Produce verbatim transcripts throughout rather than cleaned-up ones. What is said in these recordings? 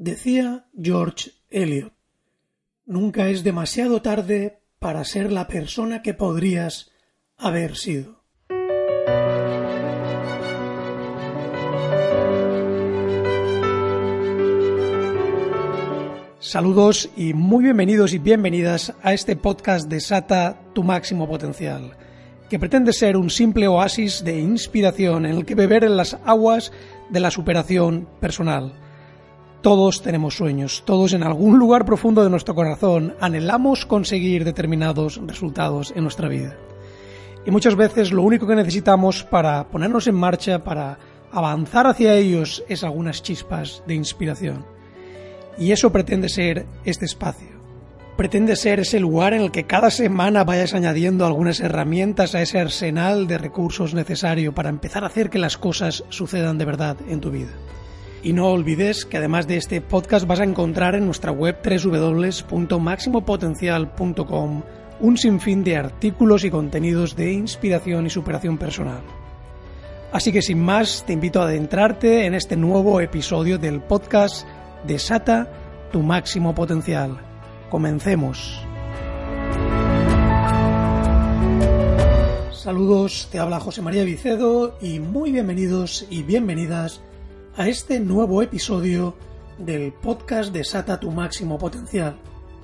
Decía George Eliot: nunca es demasiado tarde para ser la persona que podrías haber sido. Saludos y muy bienvenidos y bienvenidas a este podcast Desata tu máximo potencial, que pretende ser un simple oasis de inspiración en el que beber en las aguas de la superación personal. Todos tenemos sueños, todos en algún lugar profundo de nuestro corazón anhelamos conseguir determinados resultados en nuestra vida. Y muchas veces lo único que necesitamos para ponernos en marcha, para avanzar hacia ellos, es algunas chispas de inspiración. Y eso pretende ser este espacio. Pretende ser ese lugar en el que cada semana vayas añadiendo algunas herramientas a ese arsenal de recursos necesario para empezar a hacer que las cosas sucedan de verdad en tu vida. Y no olvides que además de este podcast vas a encontrar en nuestra web doble u doble u doble u punto máximo potencial punto com un sinfín de artículos y contenidos de inspiración y superación personal. Así que sin más, te invito a adentrarte en este nuevo episodio del podcast Desata tu máximo potencial. Comencemos. Saludos, te habla José María Vicedo y muy bienvenidos y bienvenidas a este nuevo episodio del podcast Desata tu máximo potencial.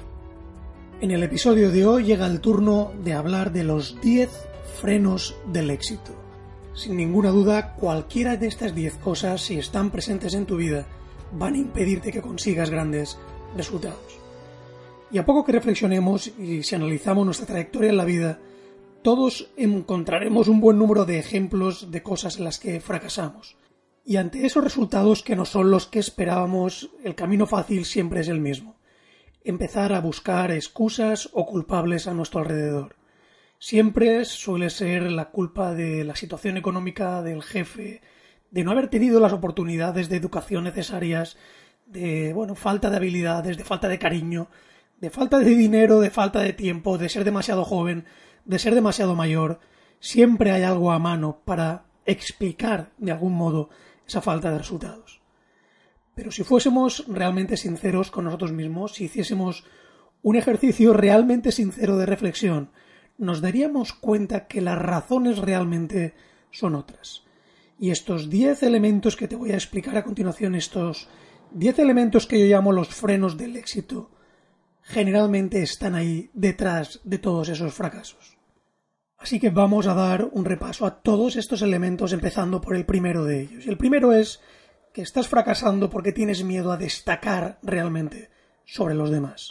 En el episodio de hoy llega el turno de hablar de los diez frenos del éxito. Sin ninguna duda, cualquiera de estas diez cosas, si están presentes en tu vida, van a impedirte que consigas grandes resultados. Y a poco que reflexionemos y si analizamos nuestra trayectoria en la vida, todos encontraremos un buen número de ejemplos de cosas en las que fracasamos. Y ante esos resultados que no son los que esperábamos, el camino fácil siempre es el mismo: empezar a buscar excusas o culpables a nuestro alrededor. Siempre suele ser la culpa de la situación económica del jefe, de no haber tenido las oportunidades de educación necesarias, de bueno, falta de habilidades, de falta de cariño, de falta de dinero, de falta de tiempo, de ser demasiado joven, de ser demasiado mayor. Siempre hay algo a mano para explicar de algún modo esa falta de resultados. Pero si fuésemos realmente sinceros con nosotros mismos, si hiciésemos un ejercicio realmente sincero de reflexión, nos daríamos cuenta que las razones realmente son otras. Y estos diez elementos que te voy a explicar a continuación, estos diez elementos que yo llamo los frenos del éxito, generalmente están ahí detrás de todos esos fracasos. Así que vamos a dar un repaso a todos estos elementos, empezando por el primero de ellos. El primero es que estás fracasando porque tienes miedo a destacar realmente sobre los demás.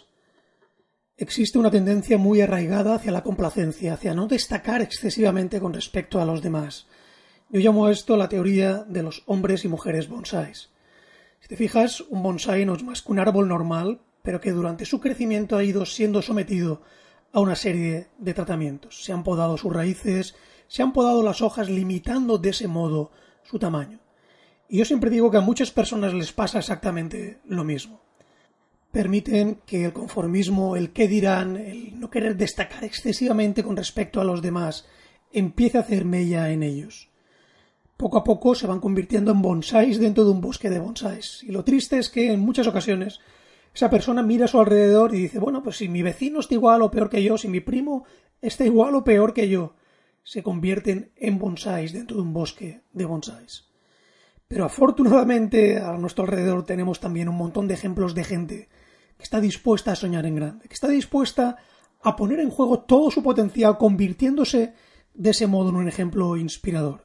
Existe una tendencia muy arraigada hacia la complacencia, hacia no destacar excesivamente con respecto a los demás. Yo llamo a esto la teoría de los hombres y mujeres bonsáis. Si te fijas, un bonsái no es más que un árbol normal, pero que durante su crecimiento ha ido siendo sometido a una serie de tratamientos. Se han podado sus raíces, se han podado las hojas, limitando de ese modo su tamaño. Y yo siempre digo que a muchas personas les pasa exactamente lo mismo. Permiten que el conformismo, el qué dirán, el no querer destacar excesivamente con respecto a los demás, empiece a hacer mella en ellos. Poco a poco se van convirtiendo en bonsáis dentro de un bosque de bonsáis. Y lo triste es que en muchas ocasiones esa persona mira a su alrededor y dice, bueno, pues si mi vecino está igual o peor que yo, si mi primo está igual o peor que yo, se convierten en bonsáis dentro de un bosque de bonsáis. Pero afortunadamente a nuestro alrededor tenemos también un montón de ejemplos de gente que está dispuesta a soñar en grande, que está dispuesta a poner en juego todo su potencial, convirtiéndose de ese modo en un ejemplo inspirador.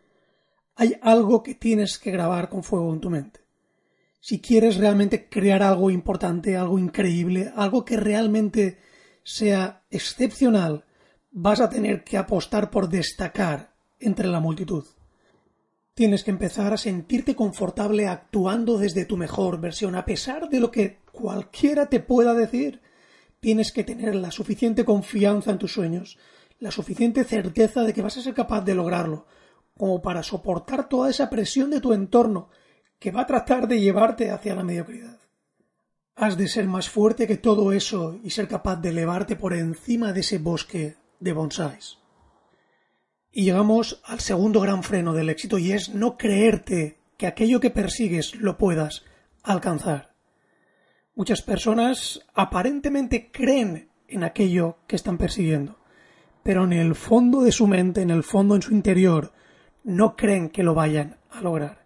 Hay algo que tienes que grabar con fuego en tu mente. Si quieres realmente crear algo importante, algo increíble, algo que realmente sea excepcional, vas a tener que apostar por destacar entre la multitud. Tienes que empezar a sentirte confortable actuando desde tu mejor versión, a pesar de lo que cualquiera te pueda decir. Tienes que tener la suficiente confianza en tus sueños, la suficiente certeza de que vas a ser capaz de lograrlo, como para soportar toda esa presión de tu entorno, que va a tratar de llevarte hacia la mediocridad. Has de ser más fuerte que todo eso y ser capaz de elevarte por encima de ese bosque de bonsáis. Y llegamos al segundo gran freno del éxito, y es no creerte que aquello que persigues lo puedas alcanzar. Muchas personas aparentemente creen en aquello que están persiguiendo, pero en el fondo de su mente, en el fondo en su interior, no creen que lo vayan a lograr.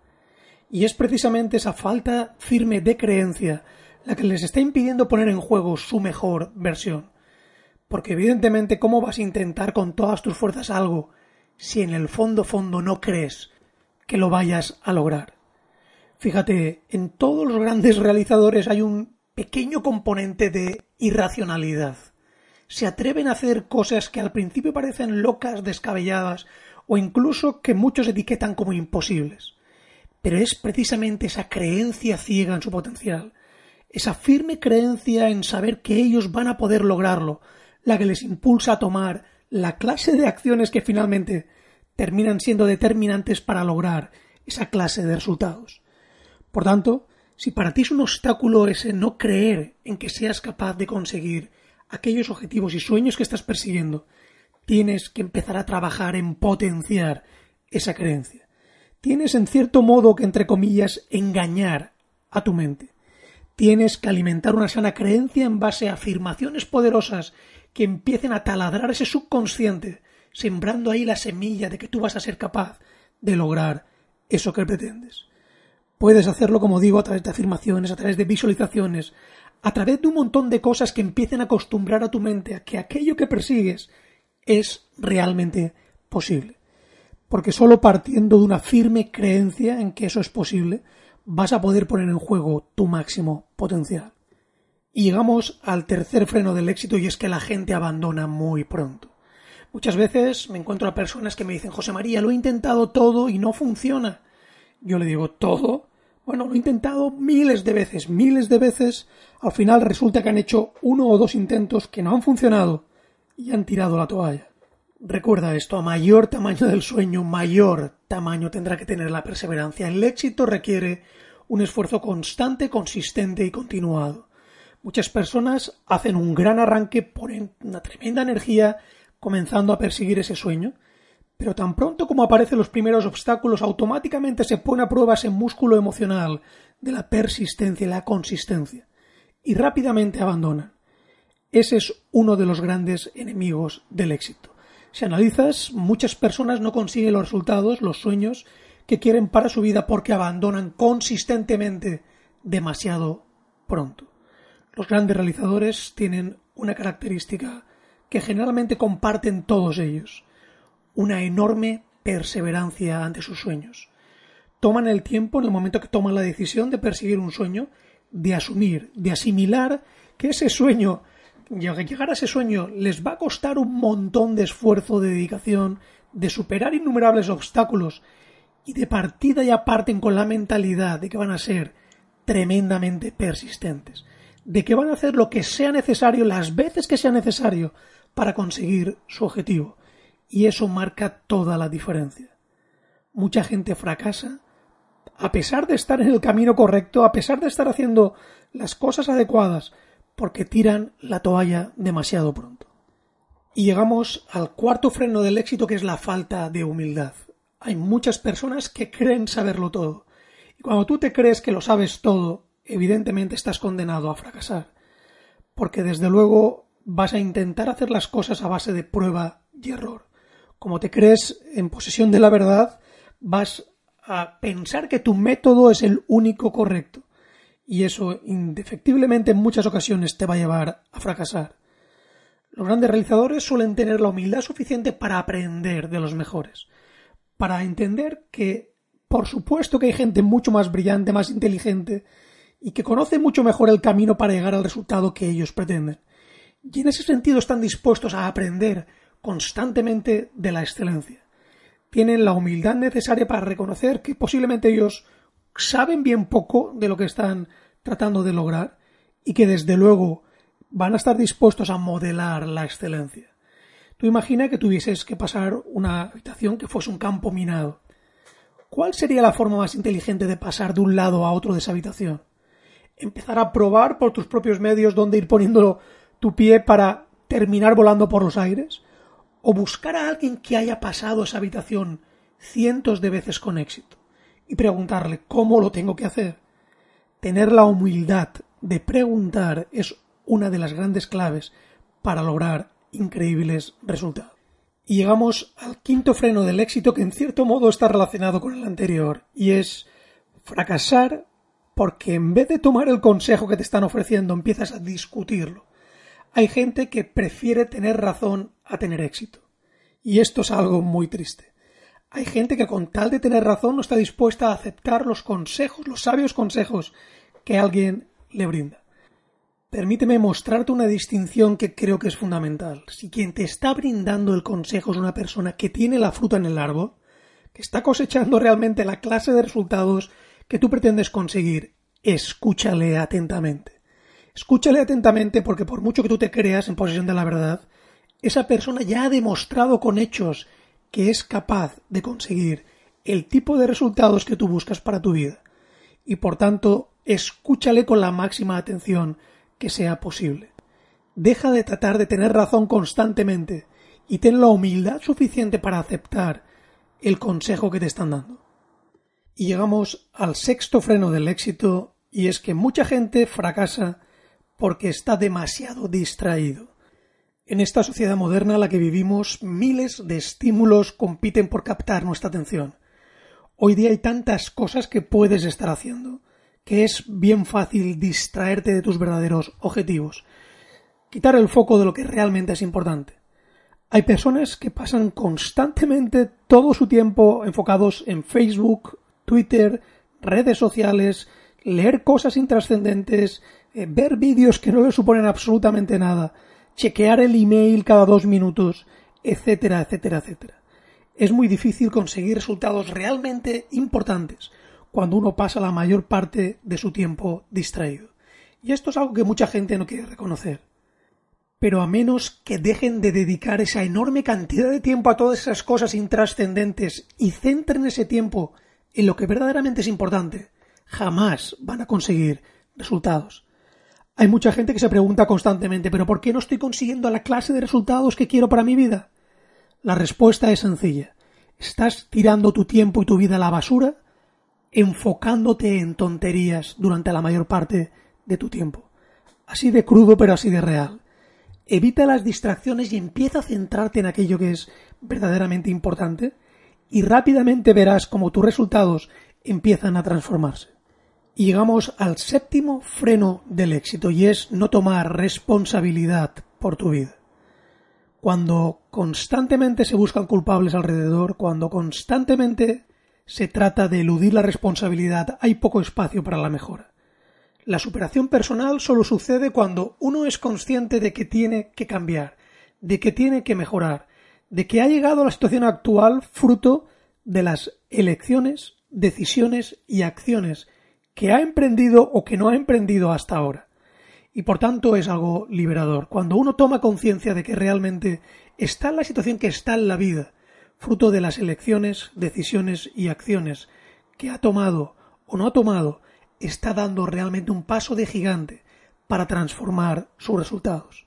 Y es precisamente esa falta firme de creencia la que les está impidiendo poner en juego su mejor versión. Porque evidentemente, ¿cómo vas a intentar con todas tus fuerzas algo si en el fondo fondo no crees que lo vayas a lograr? Fíjate, en todos los grandes realizadores hay un pequeño componente de irracionalidad. Se atreven a hacer cosas que al principio parecen locas, descabelladas o incluso que muchos etiquetan como imposibles. Pero es precisamente esa creencia ciega en su potencial, esa firme creencia en saber que ellos van a poder lograrlo, la que les impulsa a tomar la clase de acciones que finalmente terminan siendo determinantes para lograr esa clase de resultados. Por tanto, si para ti es un obstáculo ese no creer en que seas capaz de conseguir aquellos objetivos y sueños que estás persiguiendo, tienes que empezar a trabajar en potenciar esa creencia. Tienes en cierto modo que, entre comillas, engañar a tu mente. Tienes que alimentar una sana creencia en base a afirmaciones poderosas que empiecen a taladrar ese subconsciente, sembrando ahí la semilla de que tú vas a ser capaz de lograr eso que pretendes. Puedes hacerlo, como digo, a través de afirmaciones, a través de visualizaciones, a través de un montón de cosas que empiecen a acostumbrar a tu mente a que aquello que persigues es realmente posible. Porque solo partiendo de una firme creencia en que eso es posible, vas a poder poner en juego tu máximo potencial. Y llegamos al tercer freno del éxito, y es que la gente abandona muy pronto. Muchas veces me encuentro a personas que me dicen: José María, lo he intentado todo y no funciona. Yo le digo: ¿todo? Bueno, lo he intentado miles de veces, miles de veces. Al final resulta que han hecho uno o dos intentos que no han funcionado y han tirado la toalla. Recuerda esto: a mayor tamaño del sueño, mayor tamaño tendrá que tener la perseverancia. El éxito requiere un esfuerzo constante, consistente y continuado. Muchas personas hacen un gran arranque, ponen una tremenda energía comenzando a perseguir ese sueño, pero tan pronto como aparecen los primeros obstáculos, automáticamente se pone a prueba ese músculo emocional de la persistencia y la consistencia, y rápidamente abandonan. Ese es uno de los grandes enemigos del éxito. Si analizas, muchas personas no consiguen los resultados, los sueños que quieren para su vida porque abandonan consistentemente demasiado pronto. Los grandes realizadores tienen una característica que generalmente comparten todos ellos: una enorme perseverancia ante sus sueños. Toman el tiempo, en el momento que toman la decisión de perseguir un sueño, de asumir, de asimilar que ese sueño, llegar a ese sueño les va a costar un montón de esfuerzo, de dedicación, de superar innumerables obstáculos, y de partida ya parten con la mentalidad de que van a ser tremendamente persistentes, de que van a hacer lo que sea necesario, las veces que sea necesario, para conseguir su objetivo. Y eso marca toda la diferencia. Mucha gente fracasa a pesar de estar en el camino correcto, a pesar de estar haciendo las cosas adecuadas, porque tiran la toalla demasiado pronto. Y llegamos al cuarto freno del éxito, que es la falta de humildad. Hay muchas personas que creen saberlo todo. Y cuando tú te crees que lo sabes todo, evidentemente estás condenado a fracasar. Porque desde luego vas a intentar hacer las cosas a base de prueba y error. Como te crees en posesión de la verdad, vas a pensar que tu método es el único correcto. Y eso, indefectiblemente, en muchas ocasiones te va a llevar a fracasar. Los grandes realizadores suelen tener la humildad suficiente para aprender de los mejores, para entender que, por supuesto, que hay gente mucho más brillante, más inteligente, y que conoce mucho mejor el camino para llegar al resultado que ellos pretenden. Y en ese sentido están dispuestos a aprender constantemente de la excelencia. Tienen la humildad necesaria para reconocer que posiblemente ellos saben bien poco de lo que están tratando de lograr y que desde luego van a estar dispuestos a modelar la excelencia. Tú imagina que tuvieses que pasar una habitación que fuese un campo minado. ¿Cuál sería la forma más inteligente de pasar de un lado a otro de esa habitación? ¿Empezar a probar por tus propios medios dónde ir poniendo tu pie para terminar volando por los aires? ¿O buscar a alguien que haya pasado esa habitación cientos de veces con éxito y preguntarle cómo lo tengo que hacer? Tener la humildad de preguntar es una de las grandes claves para lograr increíbles resultados. Y llegamos al quinto freno del éxito, que en cierto modo está relacionado con el anterior, y es fracasar porque en vez de tomar el consejo que te están ofreciendo empiezas a discutirlo. Hay gente que prefiere tener razón a tener éxito. Y esto es algo muy triste. Hay gente que con tal de tener razón no está dispuesta a aceptar los consejos, los sabios consejos que alguien le brinda. Permíteme mostrarte una distinción que creo que es fundamental. Si quien te está brindando el consejo es una persona que tiene la fruta en el árbol, que está cosechando realmente la clase de resultados que tú pretendes conseguir, escúchale atentamente. Escúchale atentamente porque por mucho que tú te creas en posesión de la verdad, esa persona ya ha demostrado con hechos que es capaz de conseguir el tipo de resultados que tú buscas para tu vida. Y por tanto, escúchale con la máxima atención que sea posible. Deja de tratar de tener razón constantemente y ten la humildad suficiente para aceptar el consejo que te están dando. Y llegamos al sexto freno del éxito, y es que mucha gente fracasa porque está demasiado distraído. En esta sociedad moderna en la que vivimos, miles de estímulos compiten por captar nuestra atención. Hoy día hay tantas cosas que puedes estar haciendo, que es bien fácil distraerte de tus verdaderos objetivos, quitar el foco de lo que realmente es importante. Hay personas que pasan constantemente todo su tiempo enfocados en Facebook, Twitter, redes sociales, leer cosas intrascendentes, eh, ver vídeos que no les suponen absolutamente nada, chequear el email cada dos minutos, etcétera, etcétera, etcétera. Es muy difícil conseguir resultados realmente importantes cuando uno pasa la mayor parte de su tiempo distraído. Y esto es algo que mucha gente no quiere reconocer. Pero a menos que dejen de dedicar esa enorme cantidad de tiempo a todas esas cosas intrascendentes y centren ese tiempo en lo que verdaderamente es importante, jamás van a conseguir resultados. Hay mucha gente que se pregunta constantemente, ¿pero por qué no estoy consiguiendo la clase de resultados que quiero para mi vida? La respuesta es sencilla. Estás tirando tu tiempo y tu vida a la basura, enfocándote en tonterías durante la mayor parte de tu tiempo. Así de crudo, pero así de real. Evita las distracciones y empieza a centrarte en aquello que es verdaderamente importante, y rápidamente verás cómo tus resultados empiezan a transformarse. Y llegamos al séptimo freno del éxito, y es no tomar responsabilidad por tu vida. Cuando constantemente se buscan culpables alrededor, cuando constantemente se trata de eludir la responsabilidad, hay poco espacio para la mejora. La superación personal solo sucede cuando uno es consciente de que tiene que cambiar, de que tiene que mejorar, de que ha llegado a la situación actual fruto de las elecciones, decisiones y acciones que ha emprendido o que no ha emprendido hasta ahora. Y por tanto es algo liberador. Cuando uno toma conciencia de que realmente está en la situación que está en la vida, fruto de las elecciones, decisiones y acciones que ha tomado o no ha tomado, está dando realmente un paso de gigante para transformar sus resultados.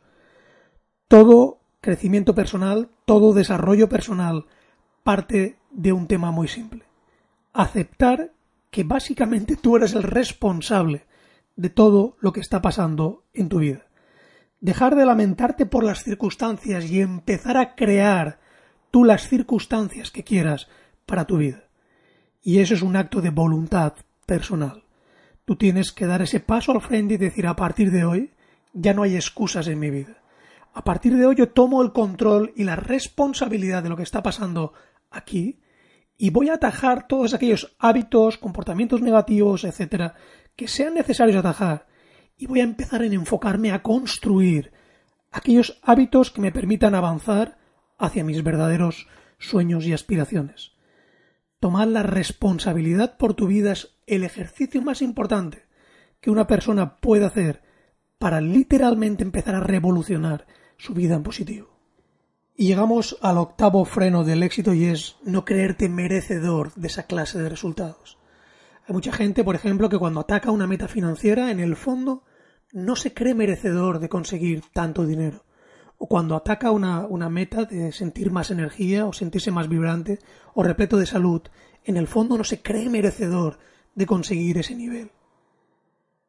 Todo crecimiento personal, todo desarrollo personal parte de un tema muy simple. Aceptar que básicamente tú eres el responsable de todo lo que está pasando en tu vida. Dejar de lamentarte por las circunstancias y empezar a crear tú las circunstancias que quieras para tu vida. Y eso es un acto de voluntad personal. Tú tienes que dar ese paso al frente y decir, a partir de hoy ya no hay excusas en mi vida. A partir de hoy yo tomo el control y la responsabilidad de lo que está pasando aquí y voy a atajar todos aquellos hábitos, comportamientos negativos, etcétera, que sean necesarios atajar. Y voy a empezar en enfocarme a construir aquellos hábitos que me permitan avanzar hacia mis verdaderos sueños y aspiraciones. Tomar la responsabilidad por tu vida es el ejercicio más importante que una persona puede hacer para literalmente empezar a revolucionar su vida en positivo. Y llegamos al octavo freno del éxito, y es no creerte merecedor de esa clase de resultados. Hay mucha gente, por ejemplo, que cuando ataca una meta financiera, en el fondo no se cree merecedor de conseguir tanto dinero. O cuando ataca una, una meta de sentir más energía o sentirse más vibrante o repleto de salud, en el fondo no se cree merecedor de conseguir ese nivel.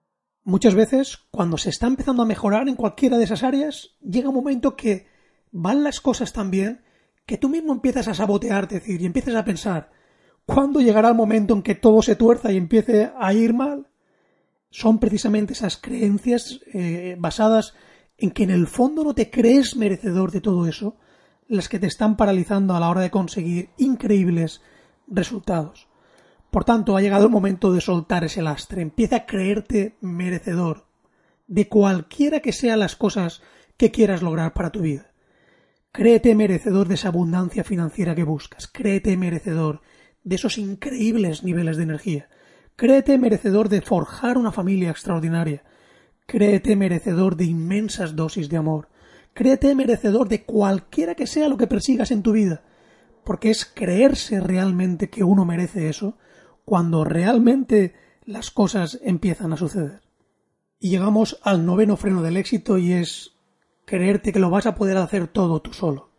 Muchas veces, cuando se está empezando a mejorar en cualquiera de esas áreas, llega un momento que van las cosas tan bien que tú mismo empiezas a sabotearte, es decir, y empiezas a pensar, ¿cuándo llegará el momento en que todo se tuerza y empiece a ir mal? Son precisamente esas creencias eh, basadas en que en el fondo no te crees merecedor de todo eso, las que te están paralizando a la hora de conseguir increíbles resultados. Por tanto, ha llegado el momento de soltar ese lastre. Empieza a creerte merecedor de cualquiera que sean las cosas que quieras lograr para tu vida. Créete merecedor de esa abundancia financiera que buscas. Créete merecedor de esos increíbles niveles de energía. Créete merecedor de forjar una familia extraordinaria. Créete merecedor de inmensas dosis de amor. Créete merecedor de cualquiera que sea lo que persigas en tu vida. Porque es creerse realmente que uno merece eso cuando realmente las cosas empiezan a suceder. Y llegamos al noveno freno del éxito, y es creerte que lo vas a poder hacer todo tú solo.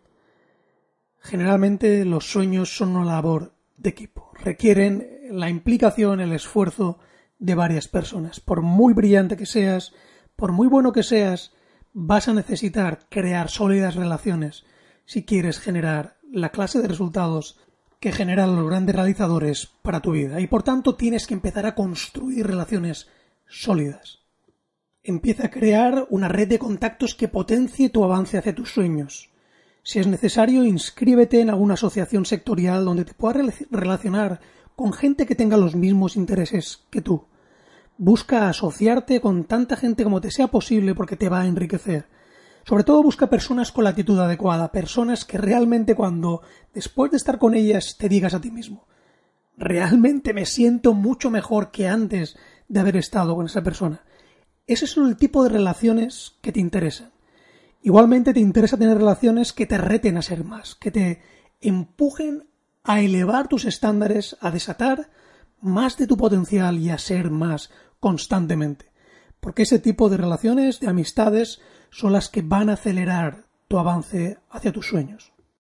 Generalmente los sueños son una labor de equipo. Requieren la implicación, el esfuerzo de varias personas. Por muy brillante que seas, por muy bueno que seas, vas a necesitar crear sólidas relaciones si quieres generar la clase de resultados que generan los grandes realizadores para tu vida. Y por tanto tienes que empezar a construir relaciones sólidas. Empieza a crear una red de contactos que potencie tu avance hacia tus sueños. Si es necesario, inscríbete en alguna asociación sectorial donde te puedas relacionar con gente que tenga los mismos intereses que tú. Busca asociarte con tanta gente como te sea posible porque te va a enriquecer. Sobre todo busca personas con la actitud adecuada, personas que realmente cuando, después de estar con ellas, te digas a ti mismo, realmente me siento mucho mejor que antes de haber estado con esa persona. Ese es el tipo de relaciones que te interesan. Igualmente te interesa tener relaciones que te reten a ser más, que te empujen a elevar tus estándares, a desatar más de tu potencial y a ser más constantemente. Porque ese tipo de relaciones, de amistades, son las que van a acelerar tu avance hacia tus sueños.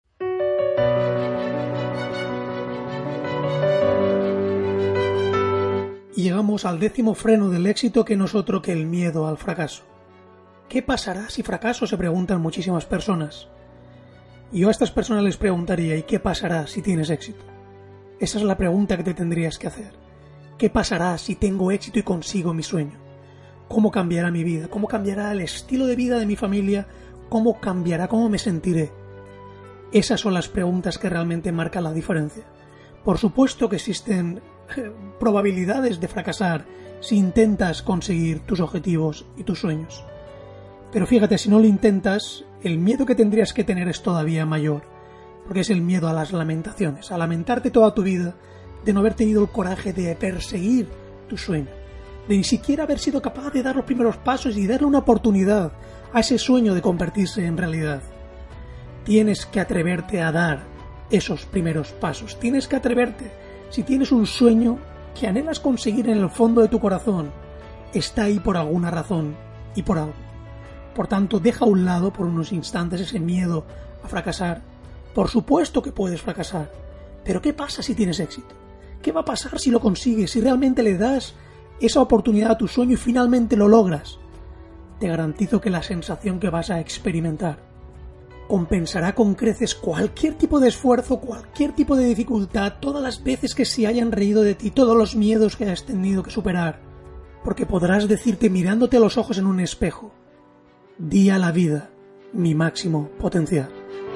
Y llegamos al décimo freno del éxito, que no es otro que el miedo al fracaso. ¿Qué pasará si fracaso?, se preguntan muchísimas personas. Y yo a estas personas les preguntaría, ¿y qué pasará si tienes éxito? Esa es la pregunta que te tendrías que hacer. ¿Qué pasará si tengo éxito y consigo mi sueño? ¿Cómo cambiará mi vida? ¿Cómo cambiará el estilo de vida de mi familia? ¿Cómo cambiará? ¿Cómo me sentiré? Esas son las preguntas que realmente marcan la diferencia. Por supuesto que existen eh, probabilidades de fracasar si intentas conseguir tus objetivos y tus sueños. Pero fíjate, si no lo intentas, el miedo que tendrías que tener es todavía mayor, porque es el miedo a las lamentaciones, a lamentarte toda tu vida de no haber tenido el coraje de perseguir tu sueño, de ni siquiera haber sido capaz de dar los primeros pasos y darle una oportunidad a ese sueño de convertirse en realidad. Tienes que atreverte a dar esos primeros pasos, tienes que atreverte. Si tienes un sueño que anhelas conseguir en el fondo de tu corazón, está ahí por alguna razón y por algo. Por tanto, deja a un lado por unos instantes ese miedo a fracasar. Por supuesto que puedes fracasar, pero ¿qué pasa si tienes éxito? ¿Qué va a pasar si lo consigues, si realmente le das esa oportunidad a tu sueño y finalmente lo logras? Te garantizo que la sensación que vas a experimentar compensará con creces cualquier tipo de esfuerzo, cualquier tipo de dificultad, todas las veces que se hayan reído de ti, todos los miedos que hayas tenido que superar, porque podrás decirte mirándote a los ojos en un espejo: di a la vida mi máximo potencial.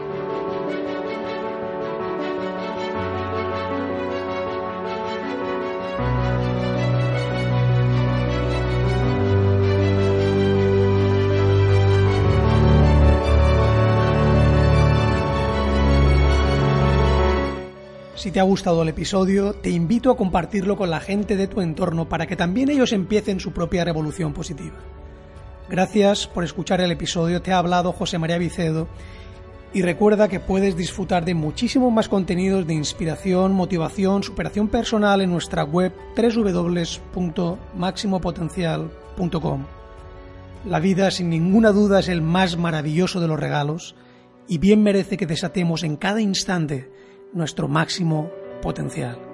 Si te ha gustado el episodio, te invito a compartirlo con la gente de tu entorno para que también ellos empiecen su propia revolución positiva. Gracias por escuchar el episodio, te ha hablado José María Vicedo, y recuerda que puedes disfrutar de muchísimos más contenidos de inspiración, motivación, superación personal en nuestra web doble u doble u doble u punto máximo potencial punto com. La vida, sin ninguna duda, es el más maravilloso de los regalos y bien merece que desatemos en cada instante nuestro máximo potencial.